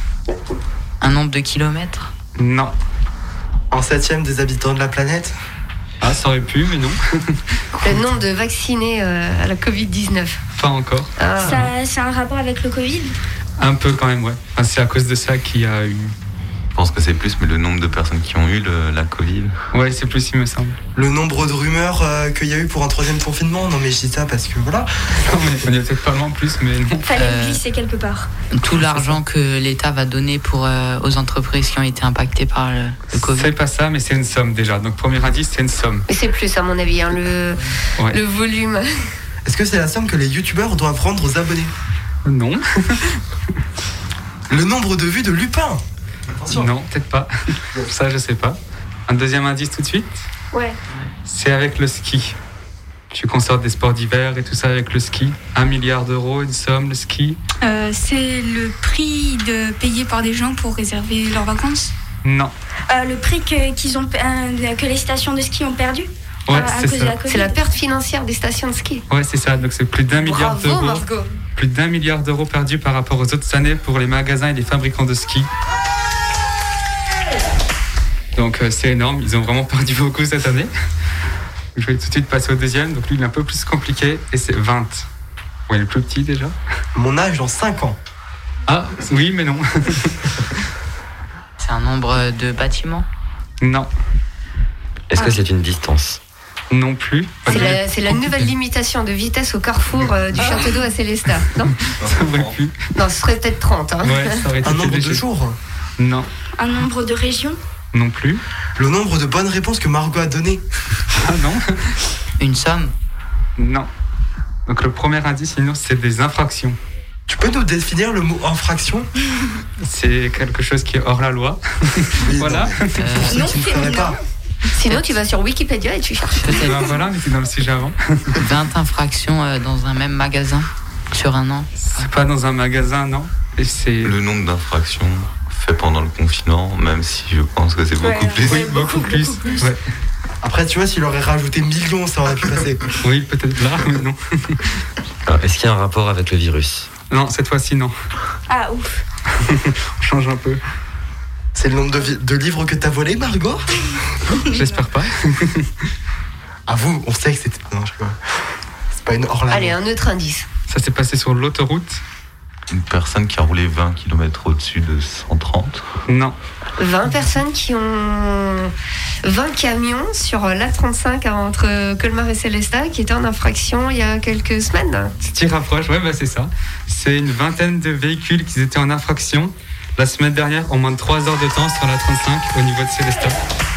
Un nombre de kilomètres ? Non. En septième des habitants de la planète ? Ah, ça aurait pu, mais non. Le nombre de vaccinés euh, à la covid dix-neuf ? Pas encore. Ah. Ça, c'est un rapport avec le Covid ? Un peu quand même, ouais. Enfin, c'est à cause de ça qu'il y a eu... Je pense que c'est plus, mais le nombre de personnes qui ont eu le, la Covid. Ouais, c'est plus, il me semble. Le nombre de rumeurs euh, qu'il y a eu pour un troisième confinement ? Non mais je dis ça parce que voilà. Non, mais on y a peut-être pas loin plus, mais non. Fallait Euh, le glisser quelque part. Tout l'argent que l'État va donner pour, euh, aux entreprises qui ont été impactées par le, le Covid. C'est pas ça, mais c'est une somme déjà. Donc premier indice, c'est une somme. Mais c'est plus à mon avis, hein, le, Ouais. le volume. Est-ce que c'est la somme que les youtubeurs doivent rendre aux abonnés ? Non. Le nombre de vues de Lupin ? Attention. Non, peut-être pas. Ça, je sais pas. Un deuxième indice tout de suite ? Ouais. C'est avec le ski. Tu consortes des sports d'hiver et tout ça avec le ski. Un milliard d'euros, une somme, le ski. Euh, c'est le prix de payé par des gens pour réserver leurs vacances. Non. Euh, le prix que, qu'ils ont, euh, que les stations de ski ont perdu Ouais, à, à c'est cause ça. de la Covid. C'est la perte financière des stations de ski. Ouais, c'est ça. Donc c'est plus d'un milliard Bravo, d'euros. Margot. Plus d'un milliard d'euros perdus par rapport aux autres années pour les magasins et les fabricants de ski. Donc euh, c'est énorme. Ils ont vraiment perdu beaucoup cette année. Je vais tout de suite passer au deuxième. Donc lui, il est un peu plus compliqué et c'est vingt. Ouais, le plus petit déjà. Mon âge dans cinq ans. Ah, oui, mais non. C'est un nombre de bâtiments ? Non. Est-ce Ah. que c'est une distance ? Non plus. C'est la, c'est la nouvelle limitation de vitesse au carrefour euh, du Château d'Eau à Célestat, non? Ça aurait pu. Non, ce serait peut-être trente. Hein. Ouais, ça aurait été Un nombre de léger. jours. Non, Un nombre de régions. non plus. Le nombre de bonnes réponses que Margot a donné. Ah non, Une somme. non. Donc le premier indice, sinon, c'est des infractions. Tu peux nous définir le mot infraction? C'est quelque chose qui est hors la loi. Oui, Voilà. non, Euh, Non, tu ne c'est ferais non. pas. Sinon, tu vas sur Wikipédia et tu cherches. Ben voilà, on était dans le sujet avant. vingt infractions euh, dans un même magasin sur un an. C'est pas dans un magasin, non. Et c'est. Le nombre d'infractions fait pendant le confinement, même si je pense que c'est beaucoup Ouais. plus. Oui, beaucoup plus. Ouais. Après, tu vois, s'il aurait rajouté millions, ça aurait pu passer. quoi. Oui, peut-être là, mais non. Alors, est-ce qu'il y a un rapport avec le virus? Non, cette fois-ci, non. Ah ouf. On change un peu. C'est le nombre de, vi- de livres que t'as volé, Margot? J'espère pas. À vous, on sait que c'était. Non, je rigole. C'est pas une hors la Allez, loi. un autre indice. Ça s'est passé sur l'autoroute. Une personne qui a roulé vingt kilomètres au-dessus de cent trente. Non. vingt personnes qui ont. vingt camions sur l'A trente-cinq entre Colmar et Célestat qui étaient en infraction il y a quelques semaines. Tu t'y rapproches, ouais, bah c'est ça. C'est une vingtaine de véhicules qui étaient en infraction la semaine dernière en moins de trois heures de temps sur la trente-cinq au niveau de Célestat.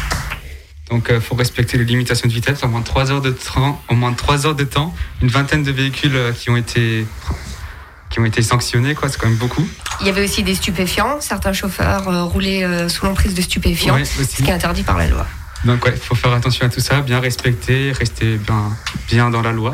Donc il euh, faut respecter les limitations de vitesse. En moins de trois heures de temps, en moins de trois heures de temps, une vingtaine de véhicules euh, qui ont été qui ont été sanctionnés, quoi. C'est quand même beaucoup. Il y avait aussi des stupéfiants. Certains chauffeurs euh, roulaient euh, sous l'emprise de stupéfiants, Ouais, ce aussi. qui est interdit par la loi. Donc ouais, faut faire attention à tout ça, bien respecter, rester bien bien dans la loi.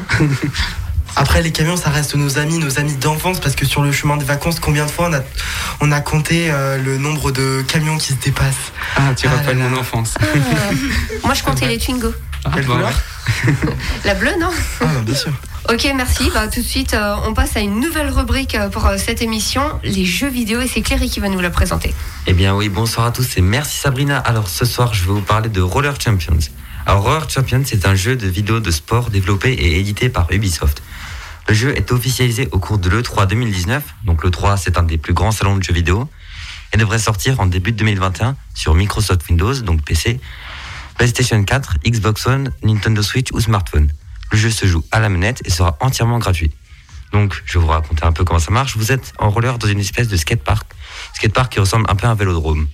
Après, les camions, ça reste nos amis, nos amis d'enfance, parce que sur le chemin des vacances, combien de fois on a, on a compté euh, le nombre de camions qui se dépassent? Ah, tu Ah rappelles là là. mon enfance. Ah. Moi, je comptais les Twingo. Ah, Quelle bah, couleur? ouais. La bleue, non? Ah, non, bien sûr. Ok, merci. Bah, tout de suite, euh, on passe à une nouvelle rubrique euh, pour euh, cette émission, les jeux vidéo, et c'est Cléry qui va nous la présenter. Eh bien oui, bonsoir à tous et merci Sabrina. Alors ce soir, je vais vous parler de Roller Champions. Alors Roller Champions, c'est un jeu de vidéo de sport développé et édité par Ubisoft. Le jeu est officialisé au cours de l'E trois deux mille dix-neuf. Donc l'E trois, c'est un des plus grands salons de jeux vidéo et devrait sortir en début deux mille vingt et un sur Microsoft Windows, donc P C, PlayStation quatre, Xbox One, Nintendo Switch ou smartphone. Le jeu se joue à la manette et sera entièrement gratuit. Donc, je vais vous raconter un peu comment ça marche. Vous êtes en roller dans une espèce de skatepark, skatepark qui ressemble un peu à un vélodrome.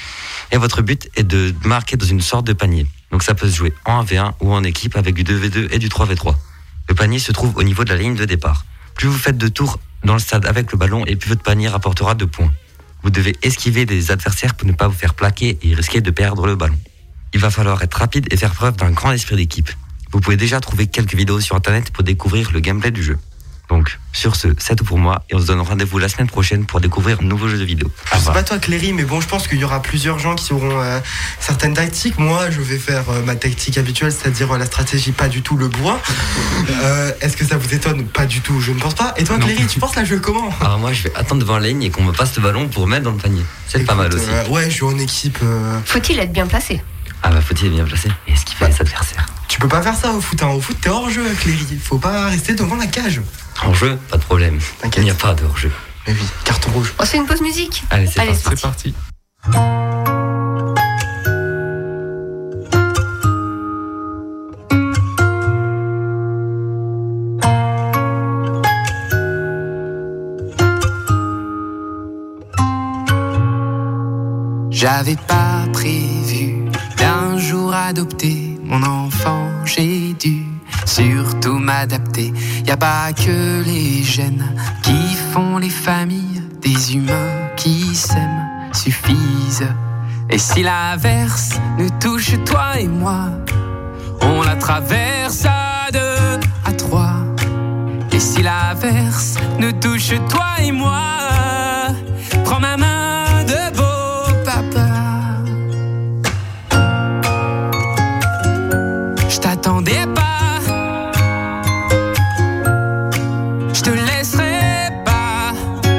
Et votre but est de marquer dans une sorte de panier. Donc ça peut se jouer en un v un ou en équipe avec du deux v deux et du trois v trois. Le panier se trouve au niveau de la ligne de départ. Plus vous faites de tours dans le stade avec le ballon et plus votre panier rapportera de points. Vous devez esquiver des adversaires pour ne pas vous faire plaquer et risquer de perdre le ballon. Il va falloir être rapide et faire preuve d'un grand esprit d'équipe. Vous pouvez déjà trouver quelques vidéos sur internet pour découvrir le gameplay du jeu. Donc, sur ce, c'est tout pour moi et on se donne rendez-vous la semaine prochaine pour découvrir un nouveau jeu de vidéo. Je sais pas toi, Cléry, mais bon, je pense qu'il y aura plusieurs gens qui auront euh, certaines tactiques. Moi, je vais faire euh, ma tactique habituelle, c'est-à-dire euh, la stratégie pas du tout le bois. Euh, Est-ce que ça vous étonne? Pas du tout, je ne pense pas. Et toi, Non. Cléry, tu penses la jouer comment? Alors moi, je vais attendre devant la ligne et qu'on me passe le ballon pour mettre dans le panier. C'est pas mal Écoute, aussi. euh, ouais, je joue en équipe. euh, Faut-il être bien placé? Ah bah faut-il bien placé et esquiver les adversaires. Tu peux pas faire ça au foot. Hein. Au foot, t'es hors jeu, Cléry. Faut pas rester devant la cage. En jeu, pas de problème. T'inquiète. Il n'y a pas de hors-jeu. Mais oui, carton rouge. On se fait une pause musique? Allez, c'est Allez, parti. C'est parti. J'avais pas prévu d'un jour adopter mon enfant, j'ai dû surtout m'adapter. Y a pas que les gènes qui font les familles, des humains qui s'aiment suffisent. Et si l'averse nous touche toi et moi, on la traverse à deux, à trois. Et si l'averse nous touche toi et moi, prends ma main de beau papa. Je t'attendais pas, je te laisserai pas.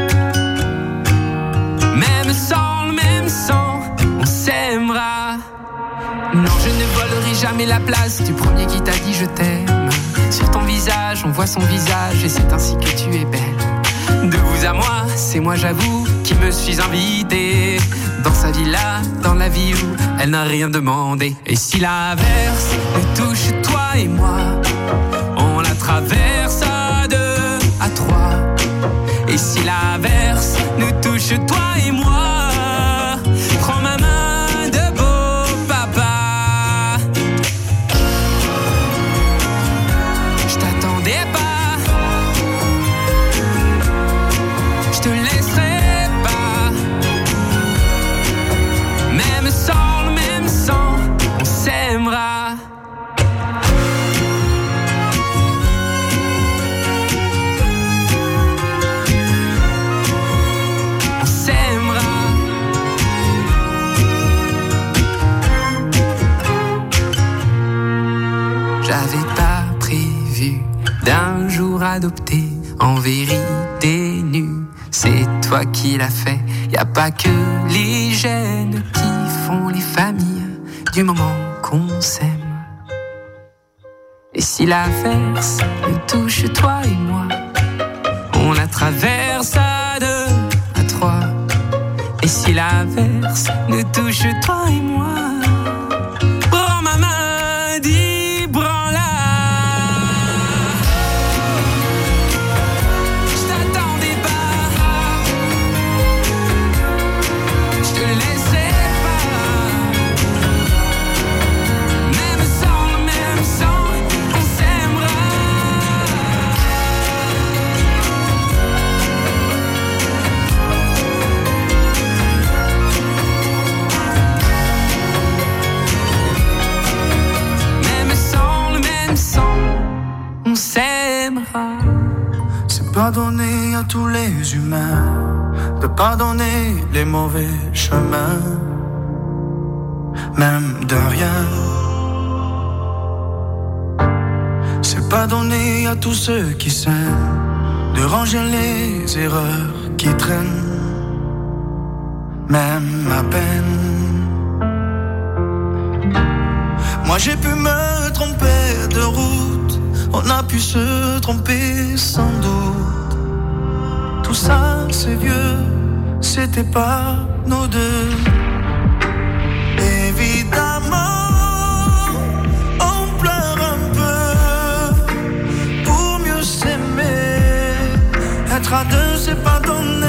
Même sans le même sang, on s'aimera. Non, je ne volerai jamais la place du premier qui t'a dit je t'aime. Sur ton visage, on voit son visage et c'est ainsi que tu es belle. De vous à moi, c'est moi j'avoue qui me suis invité dans sa vie choisi là, dans la vie où elle n'a rien demandé. Et si l'averse nous touche toi et moi, on la traverse à deux, à trois. Et si l'averse nous touche toi et moi, prends ma main de beau papa. Je t'attendais pas, je te laisserai pas. Même sans le même sang, on s'aimera. J'avais pas prévu d'un jour adopté, en vérité nu. C'est toi qui l'as fait, y a pas que les gènes qui font les familles du moment qu'on s'aime. Et si l'averse nous touche toi et moi, on la traverse à deux, à trois. Et si l'averse nous touche toi et moi, prends ma main, dis branle-la. Je t'attendais pas, je te laisserai pas. Même sans le même sang, on s'aimera. Même sans le même sang, on s'aimera. C'est pas donné à tous les humains de pardonner les mauvais chemins, même de rien. C'est pas donné à tous ceux qui s'aiment de ranger les erreurs qui traînent, même à peine. Moi j'ai pu me tromper de route, on a pu se tromper sans doute. Tout ça c'est vieux, c'était pas nos deux. Évidemment, on pleure un peu pour mieux s'aimer. Être à deux c'est pas donné.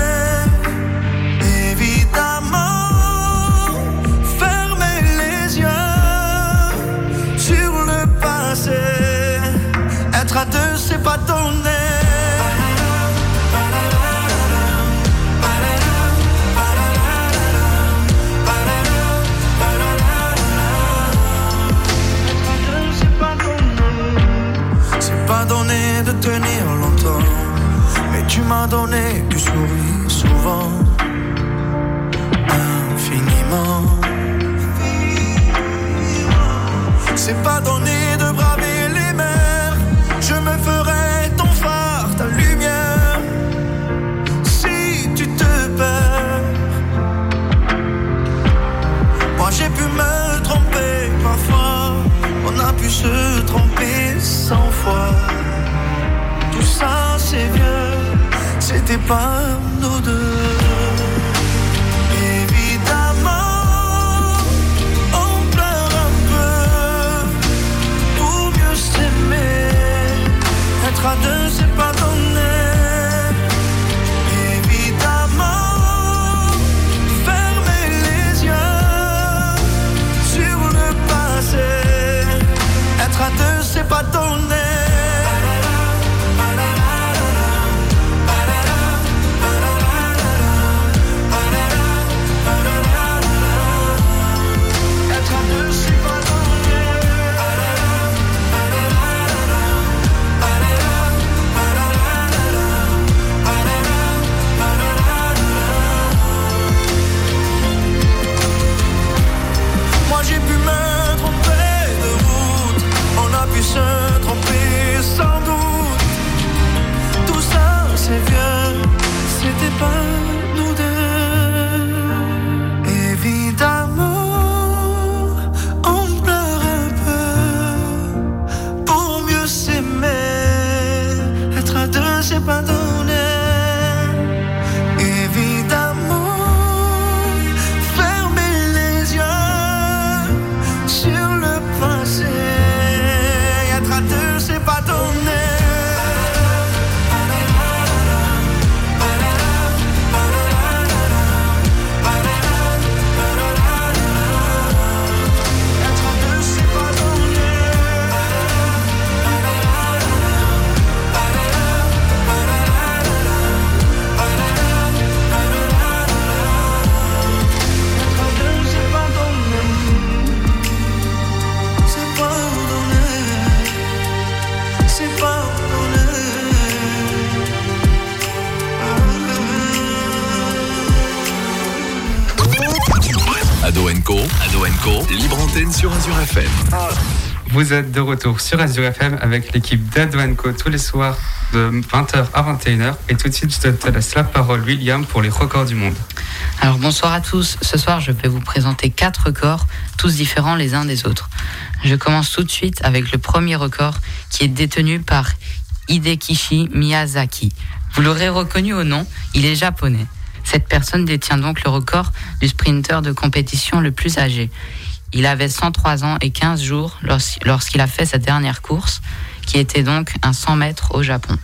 Évidemment, fermer les yeux sur le passé. Être à deux c'est pas donné. C'est pas donné de tenir longtemps, mais tu m'as donné du sourire souvent, infiniment. C'est pas donné de braver les mers, je me ferai ton phare, ta lumière, si tu te perds. Moi j'ai pu me tromper parfois, on a pu se tromper cent fois. Tout ça c'est vieux, c'était pas nos deux. Évidemment, on pleure un peu pour mieux s'aimer. Être à deux c'est pas donné. Évidemment, fermer les yeux sur le passé. Être à deux c'est pas donné. Ado and Co, Ado and Co, libre antenne sur Azure F M. Vous êtes de retour sur Azure F M avec l'équipe d'Ado and Co tous les soirs de vingt heures à vingt et une heures. Et tout de suite, je te laisse la parole, William, pour les records du monde. Alors bonsoir à tous. Ce soir, je vais vous présenter quatre records, tous différents les uns des autres. Je commence tout de suite avec le premier record qui est détenu par Hidekishi Miyazaki. Vous l'aurez reconnu au nom, il est japonais. Cette personne détient donc le record du sprinter de compétition le plus âgé. Il avait cent trois ans et quinze jours lorsqu'il a fait sa dernière course, qui était donc un cent mètres au Japon.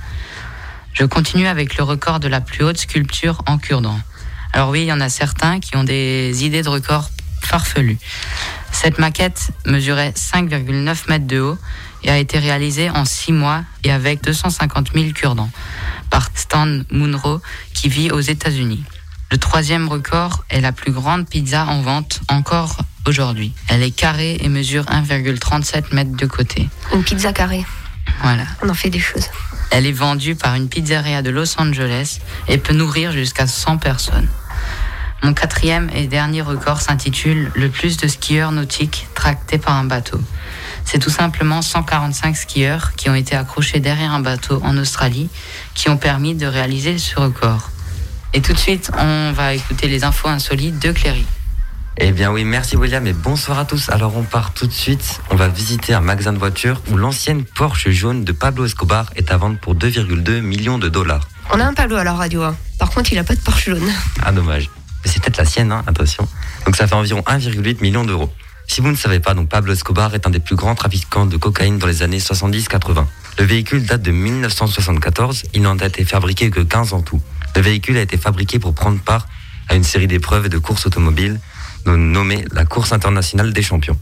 Je continue avec le record de la plus haute sculpture en cure-dent. Alors oui, il y en a certains qui ont des idées de records farfelues. Cette maquette mesurait cinq virgule neuf mètres de haut et a été réalisée en six mois et avec deux cent cinquante mille cure-dents par Stan Munro qui vit aux États-Unis. Le troisième record est la plus grande pizza en vente encore aujourd'hui. Elle est carrée et mesure un virgule trente-sept mètres de côté. Une pizza carrée. Voilà. On en fait des choses. Elle est vendue par une pizzeria de Los Angeles et peut nourrir jusqu'à cent personnes. Mon quatrième et dernier record s'intitule « Le plus de skieurs nautiques tractés par un bateau ». C'est tout simplement cent quarante-cinq skieurs qui ont été accrochés derrière un bateau en Australie qui ont permis de réaliser ce record. Et tout de suite, on va écouter les infos insolites de Cléry. Eh bien oui, merci William et bonsoir à tous. Alors on part tout de suite, on va visiter un magasin de voitures où l'ancienne Porsche jaune de Pablo Escobar est à vendre pour deux virgule deux millions de dollars. On a un Pablo à la radio, hein. Par contre il a pas de Porsche jaune. Ah dommage, mais c'est peut-être la sienne, hein, attention. Donc ça fait environ un virgule huit million d'euros. Si vous ne savez pas, donc Pablo Escobar est un des plus grands trafiquants de cocaïne dans les années soixante-dix quatre-vingts. Le véhicule date de dix-neuf cent soixante-quatorze, il n'en a été fabriqué que quinze en tout. Le véhicule a été fabriqué pour prendre part à une série d'épreuves et de courses automobiles nommée la course internationale des champions.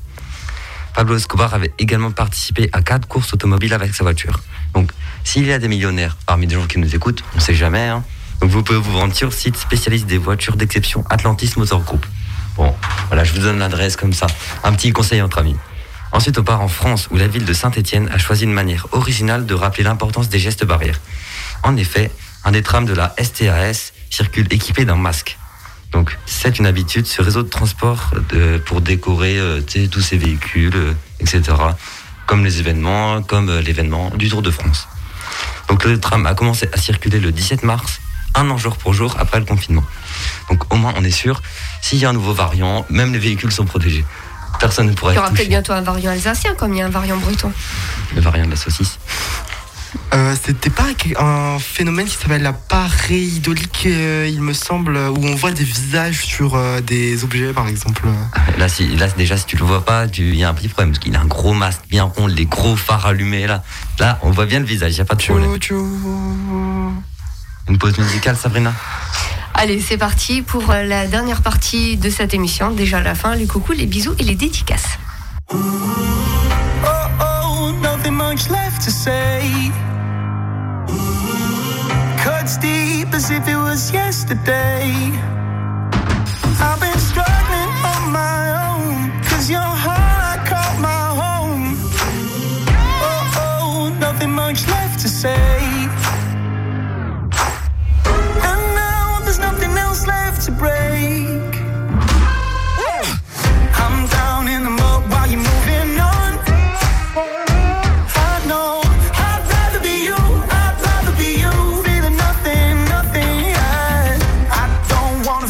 Pablo Escobar avait également participé à quatre courses automobiles avec sa voiture. Donc, s'il y a des millionnaires parmi des gens qui nous écoutent, on ne sait jamais, hein. Donc vous pouvez vous rendre sur le site spécialiste des voitures d'exception Atlantis Motor Group. Bon, voilà, je vous donne l'adresse comme ça. Un petit conseil entre amis. Ensuite, on part en France, où la ville de Saint-Étienne a choisi une manière originale de rappeler l'importance des gestes barrières. En effet, un des trams de la S T A S circule équipé d'un masque. Donc, c'est une habitude, ce réseau de transport de, pour décorer euh, tous ces véhicules, euh, et cetera. Comme les événements, comme euh, l'événement du Tour de France. Donc, le tram a commencé à circuler le dix-sept mars, un an jour pour jour après le confinement. Donc, au moins, on est sûr, s'il y a un nouveau variant, même les véhicules sont protégés. Personne ne pourrait être touché. Il y aura peut-être bientôt un variant alsacien, comme il y a un variant breton. Le variant de la saucisse. Euh, c'était pas un phénomène qui s'appelle la pareidolie, euh, il me semble, où on voit des visages sur euh, des objets, par exemple. Là, si, là déjà, si tu le vois pas, il y a un petit problème, parce qu'il a un gros masque bien rond, les gros phares allumés, là. Là, on voit bien le visage, il n'y a pas de problème. Une pause musicale, Sabrina ? Allez, c'est parti pour la dernière partie de cette émission. Déjà à la fin, les coucous, les bisous et les dédicaces. Oh, oh, nothing much left to say. Cuts deep as if it was yesterday. I've been struggling on my own, cause your heart caught my home. Oh, oh, nothing much left to say. And now there's nothing else left to break. I'm down in the mud while you're moving on. I know I'd rather be you, I'd rather be you. Feeling nothing, nothing, yeah. I don't want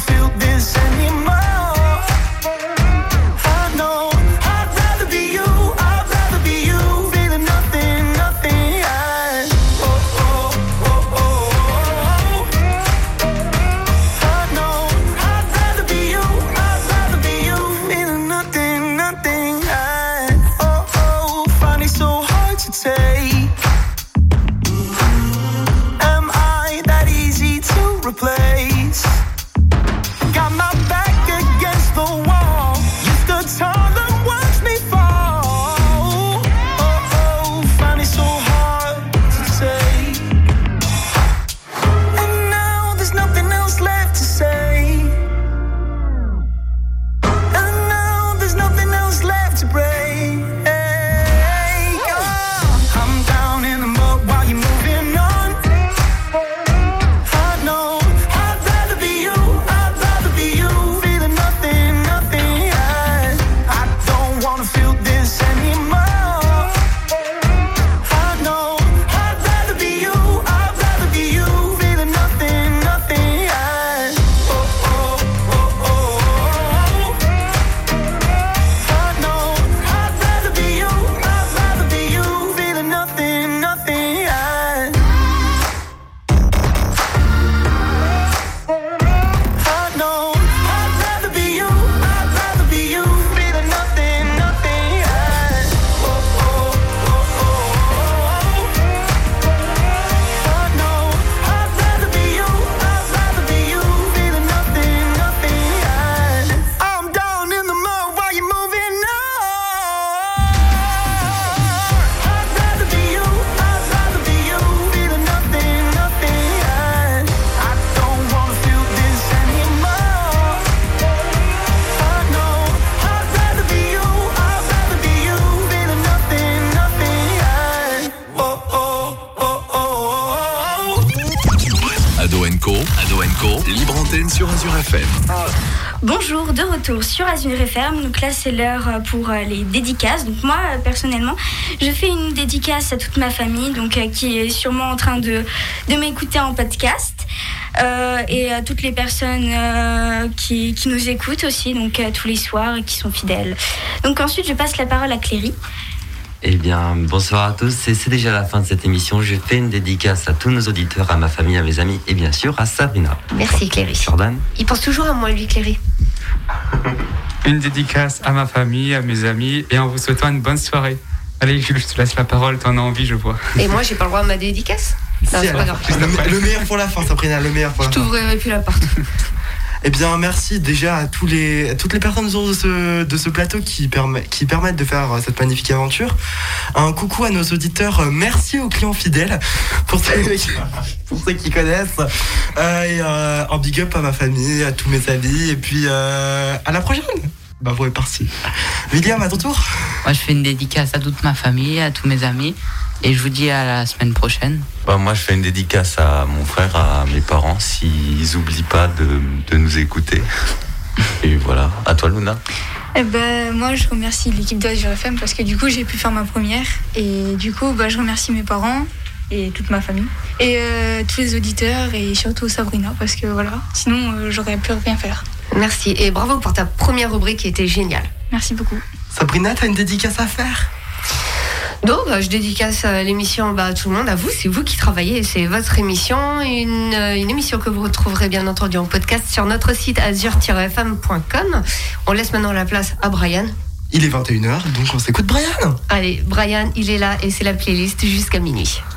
sur Azure F M. Bonjour, de retour sur Azure F M. Donc là, c'est l'heure pour les dédicaces. Donc moi, personnellement, je fais une dédicace à toute ma famille, donc euh, qui est sûrement en train de, de m'écouter en podcast. Euh, et à toutes les personnes euh, qui, qui nous écoutent aussi, donc euh, tous les soirs et qui sont fidèles. Donc ensuite, je passe la parole à Cléry. Eh bien, bonsoir à tous. C'est, c'est déjà la fin de cette émission. Je fais une dédicace à tous nos auditeurs, à ma famille, à mes amis et bien sûr à Sabrina. Merci Cléry. Jordan. Il pense toujours à moi, lui, Cléry. Une dédicace à ma famille, à mes amis et en vous souhaitant une bonne soirée. Allez, Jules, je te laisse la parole, t'en as envie, je vois. Et moi, j'ai pas le droit à ma dédicace? Non, Si, c'est pas grave. le, le meilleur pour la fin, Sabrina, le meilleur pour la Je fin. t'ouvrirai plus la porte. Eh bien, merci déjà à, tous les, à toutes les personnes autour de ce, de ce plateau qui, permet, qui permettent de faire cette magnifique aventure. Un coucou à nos auditeurs. Merci aux clients fidèles, pour ceux, pour ceux qui connaissent. Euh, et euh, un big up à ma famille, à tous mes amis. Et puis, euh, à la prochaine. Bah, vous êtes parti. William, à ton tour. Moi, je fais une dédicace à toute ma famille, à tous mes amis. Et je vous dis à la semaine prochaine. Bah, moi, je fais une dédicace à mon frère, à mes parents, s'ils n'oublient pas de, de nous écouter. Et voilà. À toi, Luna. Eh ben, moi, je remercie l'équipe d'Azure F M parce que du coup, j'ai pu faire ma première. Et du coup, bah, je remercie mes parents et toute ma famille. Et euh, tous les auditeurs et surtout Sabrina parce que voilà, sinon, euh, j'aurais pu rien faire. Merci et bravo pour ta première rubrique qui était géniale. Merci beaucoup. Sabrina, t'as une dédicace à faire? Donc, bah, je dédicace l'émission bah, à tout le monde, à vous, c'est vous qui travaillez, c'est votre émission, une, une émission que vous retrouverez bien entendu en podcast sur notre site azure tiret f m point com. On laisse maintenant la place à Brian. Il est vingt et une heures, donc on s'écoute Brian. Allez, Brian, il est là et c'est la playlist jusqu'à minuit.